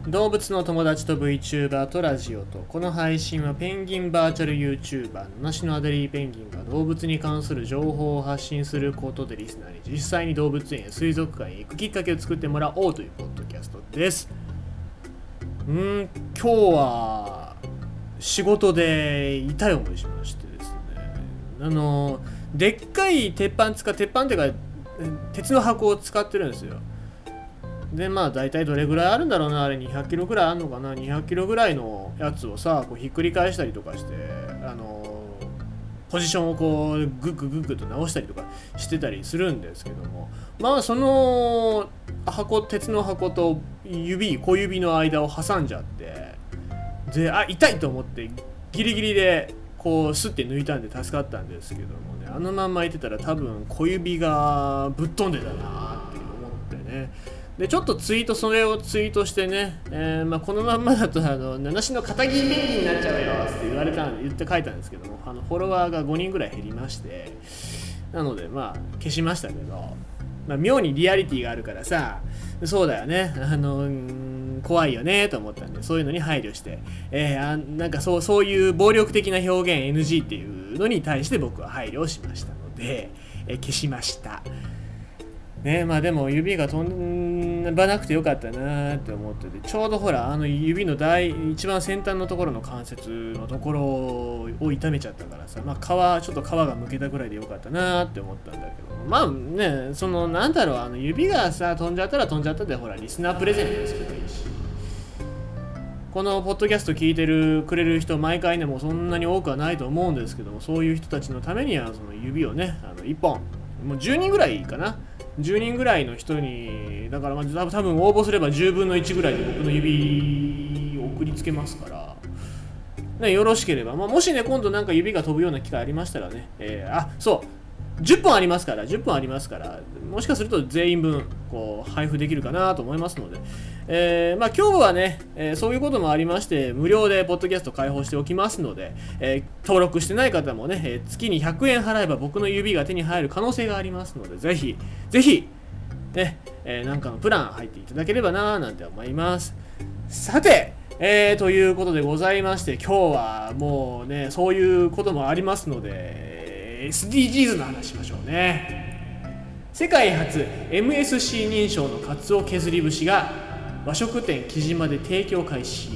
動物の友達と VTuber とラジオと、この配信はペンギンバーチャル YouTuber の梨のアデリーペンギンが動物に関する情報を発信することでリスナーに実際に動物園や水族館へ行くきっかけを作ってもらおうというポッドキャストです。今日は仕事で痛い思いしましてですね、でっかい鉄板っていうか鉄の箱を使ってるんですよ。で大体どれぐらいあるんだろうな、あれ200キロぐらいあるのかな、200キロぐらいのやつをさ、こうひっくり返したりとかして、ポジションをこうグッグと直したりとかしてたりするんですけども、その鉄の箱と小指の間を挟んじゃって、で痛いと思ってギリギリでこうスッて抜いたんで助かったんですけどもね、あのまんまいてたら多分小指がぶっ飛んでたなって思ってね。でちょっとそれをツイートしてね、このまんまだと梨の片桐ペンギンになっちゃうよって言って書いたんですけども、フォロワーが5人ぐらい減りまして、なので消しましたけど、妙にリアリティがあるからさ、そうだよね、怖いよねと思ったんで、そういうのに配慮して、なんかそういう暴力的な表現 NG っていうのに対して僕は配慮をしましたので、消しましたね。でも指が飛ばなくてよかったなって思ってて、ちょうどほら指の一番先端のところの関節のところを痛めちゃったからさ、ちょっと皮がむけたぐらいでよかったなって思ったんだけど、なんだろう、指がさ飛んじゃったら飛んじゃったで、ほらリスナープレゼントすればいいし、このポッドキャスト聞いてくれる人毎回ね、もうそんなに多くはないと思うんですけども、そういう人たちのためにはその指をね1本もう10人ぐらいかな、10人ぐらいの人に、だから多分応募すれば10分の1ぐらいで僕の指を送りつけますから、ね、よろしければ、もしね今度なんか指が飛ぶような機会ありましたらね、そう10本ありますから、もしかすると全員分こう配布できるかなと思いますので、今日はね、そういうこともありまして無料でポッドキャスト開放しておきますので、登録してない方もね、月に100円払えば僕の指が手に入る可能性がありますので、ぜひね、なんかのプラン入っていただければななんて思います。さて、ということでございまして、今日はもうねそういうこともありますので、SDGs の話しましょうね。世界初 MSC 認証のカツオ削り節が和食店木島で提供開始。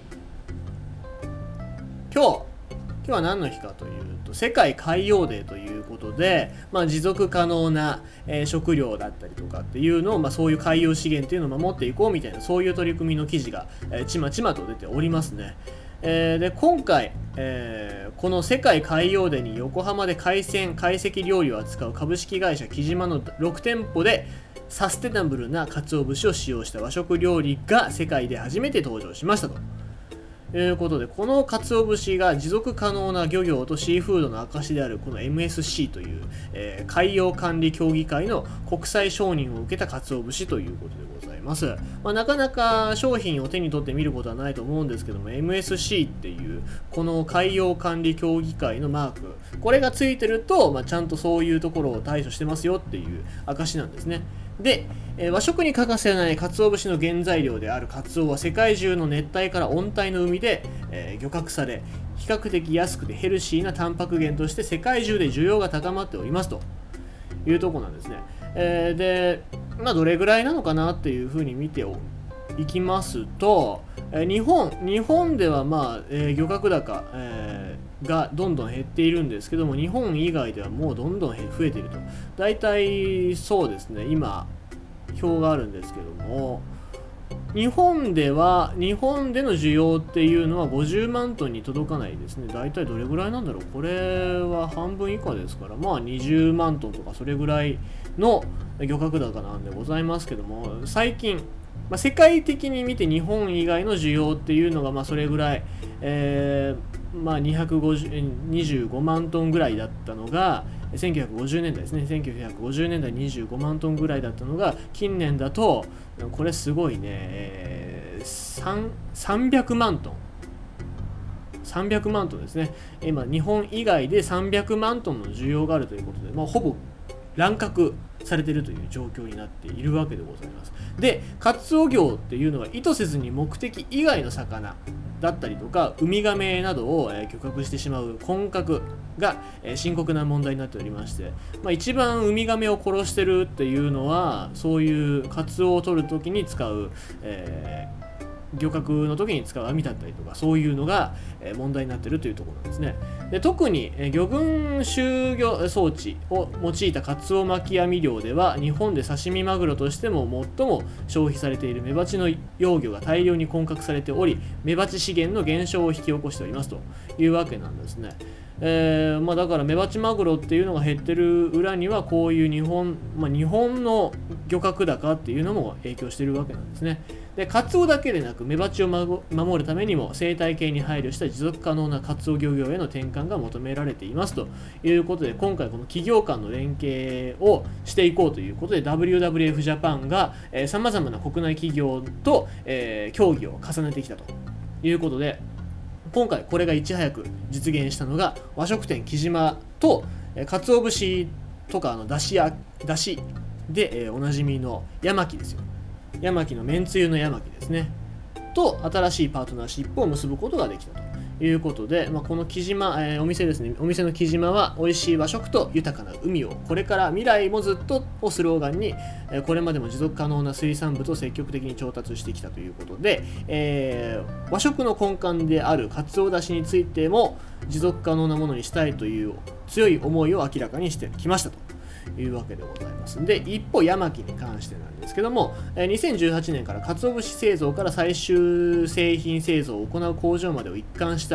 今日は何の日かというと、世界海洋デーということで、持続可能な、食料だったりとかっていうのを、そういう海洋資源っていうのを守っていこうみたいな、そういう取り組みの記事が、ちまちまと出ておりますね。で今回、この世界海洋デーに横浜で海鮮料理を扱う株式会社木島の6店舗でサステナブルな鰹節を使用した和食料理が世界で初めて登場しましたということで、この鰹節が持続可能な漁業とシーフードの証であるこの MSC という、海洋管理協議会の国際承認を受けた鰹節ということでございます。なかなか商品を手に取って見ることはないと思うんですけども、 MSC っていうこの海洋管理協議会のマーク、これがついてると、ちゃんとそういうところを対処してますよっていう証なんですね。で、和食に欠かせない鰹節の原材料であるカツオは世界中の熱帯から温帯の海で、漁獲され、比較的安くてヘルシーなタンパク源として世界中で需要が高まっておりますというところなんですね。で、どれぐらいなのかなっていうふうに見ていきますと、日本では漁獲高、がどんどん減っているんですけども、日本以外ではもうどんどん増えていると。大体そうですね、今表があるんですけども、日本での需要っていうのは50万トンに届かないですね。大体どれぐらいなんだろう、これは半分以下ですから、20万トンとかそれぐらいの漁獲高なんでございますけども、最近世界的に見て日本以外の需要っていうのがそれぐらい、25万トンぐらいだったのが1950年代ですね。1950年代25万トンぐらいだったのが、近年だとこれすごいね、300万トンですね。今日本以外で300万トンの需要があるということで、ほぼ乱獲されているという状況になっているわけでございます。で、カツオ漁っていうのは意図せずに目的以外の魚だったりとかウミガメなどを漁獲してしまう混獲が深刻な問題になっておりまして、一番ウミガメを殺してるっていうのはそういうカツオを取るときに使う、漁獲の時に使う網だったりとかそういうのが問題になっているというところなんですね。で、特に魚群集魚装置を用いたカツオ巻き網漁では日本で刺身マグロとしても最も消費されているメバチの幼魚が大量に混獲されており、メバチ資源の減少を引き起こしておりますというわけなんですね。だからメバチマグロっていうのが減ってる裏にはこういう日本の漁獲高っていうのも影響しているわけなんですね。で、カツオだけでなくメバチを守るためにも生態系に配慮した持続可能なカツオ漁業への転換が求められていますということで、今回この企業間の連携をしていこうということで WWF ジャパンがさまざまな国内企業と協議を重ねてきたということで、今回これがいち早く実現したのが和食店木島と鰹節とかだしでおなじみのヤマキですよ。ヤマキのめんつゆのヤマキですねと新しいパートナーシップを結ぶことができたということで、この木島、お店ですね、お店の木島は美味しい和食と豊かな海をこれから未来もずっとをスローガンにこれまでも持続可能な水産物を積極的に調達してきたということで、和食の根幹であるかつおだしについても持続可能なものにしたいという強い思いを明らかにしてきましたというわけでございます。で、一方ヤマキに関してなんですけども、2018年から鰹節製造から最終製品製造を行う工場までを一貫した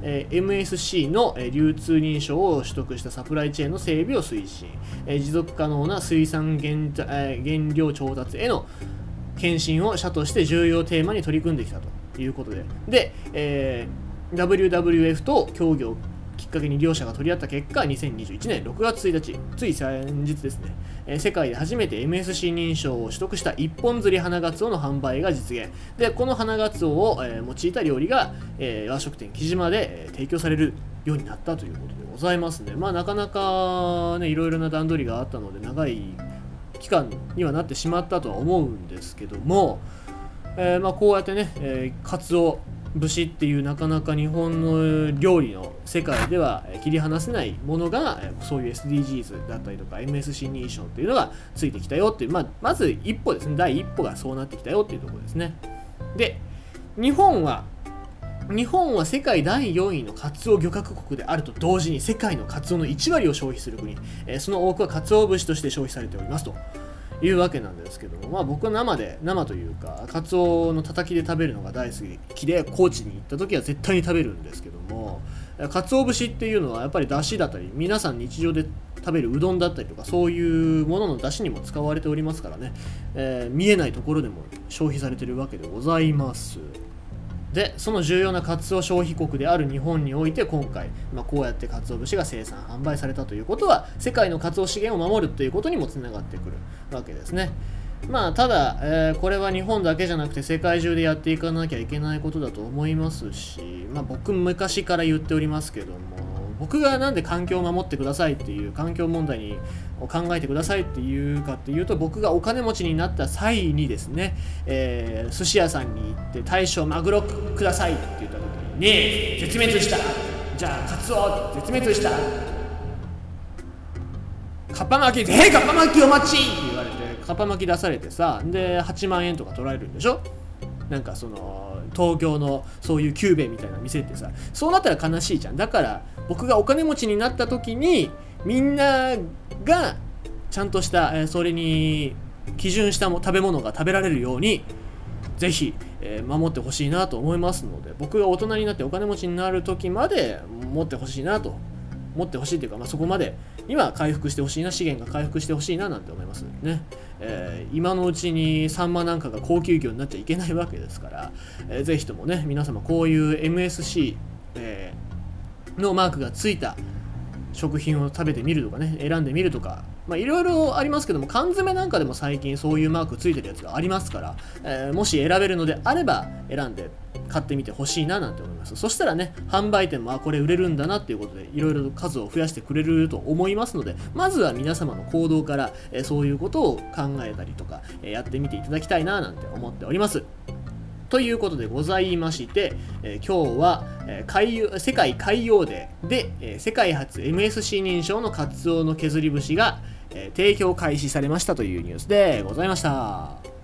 、MSC の流通認証を取得したサプライチェーンの整備を推進、持続可能な水産原料調達への献身を社として重要テーマに取り組んできたということで、WWF と協業きっかけに両者が取り合った結果、2021年6月1日、つい先日ですね、世界で初めて MSC 認証を取得した一本釣り花ガツオの販売が実現で、この花ガツオを用いた料理が和食店木島で提供されるようになったということでございますね。なかなかね、いろいろな段取りがあったので長い期間にはなってしまったとは思うんですけども、こうやってね、カツオ節っていうなかなか日本の料理の世界では切り離せないものがそういう SDGs だったりとか MSC 認証っていうのがついてきたよっていう、まず一歩ですね、第一歩がそうなってきたよっていうところですね。で、日本は世界第4位のカツオ漁獲国であると同時に世界のカツオの1割を消費する国、その多くはカツオ節として消費されておりますというわけなんですけども、僕は生というかカツオのたたきで食べるのが大好きで、高知に行った時は絶対に食べるんですけども、カツオ節っていうのはやっぱり出汁だったり皆さん日常で食べるうどんだったりとかそういうものの出汁にも使われておりますからね、見えないところでも消費されているわけでございます。で、その重要なカツオ消費国である日本において今回、こうやってカツオ節が生産販売されたということは世界のカツオ資源を守るということにもつながってくるわけですね。ただ、これは日本だけじゃなくて世界中でやっていかなきゃいけないことだと思いますし、僕昔から言っておりますけども、僕がなんで環境を守ってくださいっていう環境問題を考えてくださいっていうかっていうと、僕がお金持ちになった際にですね、寿司屋さんに行って大将マグロくださいって言った時にねえ絶滅した、じゃあカツオ絶滅した、カッパ巻きカッパ巻きお待ちって言われてカッパ巻き出されてさ、で8万円とか取られるんでしょ。なんかその東京のそういうキューベみたいな店ってさ、そうなったら悲しいじゃん。だから僕がお金持ちになった時にみんながちゃんとした、それに基準した食べ物が食べられるようにぜひ、守ってほしいなと思いますので、僕が大人になってお金持ちになる時まで持ってほしいなと持ってほしいというか、そこまで今回復してほしいな、資源が回復してほしいななんて思いますね。今のうちにサンマなんかが高級魚になっちゃいけないわけですから、ぜひともね皆様こういう MSC、のマークがついた食品を食べてみるとかね、選んでみるとかいろいろありますけども、缶詰なんかでも最近そういうマークついてるやつがありますから、もし選べるのであれば選んで買ってみてほしいななんて思います。そしたらね、販売店もこれ売れるんだなっていうことでいろいろと数を増やしてくれると思いますので、まずは皆様の行動から、そういうことを考えたりとか、やってみていただきたいななんて思っております。ということでございまして、今日は、世界海洋デーで、世界初 MSC 認証のカツオの削り節が、提供開始されましたというニュースでございました。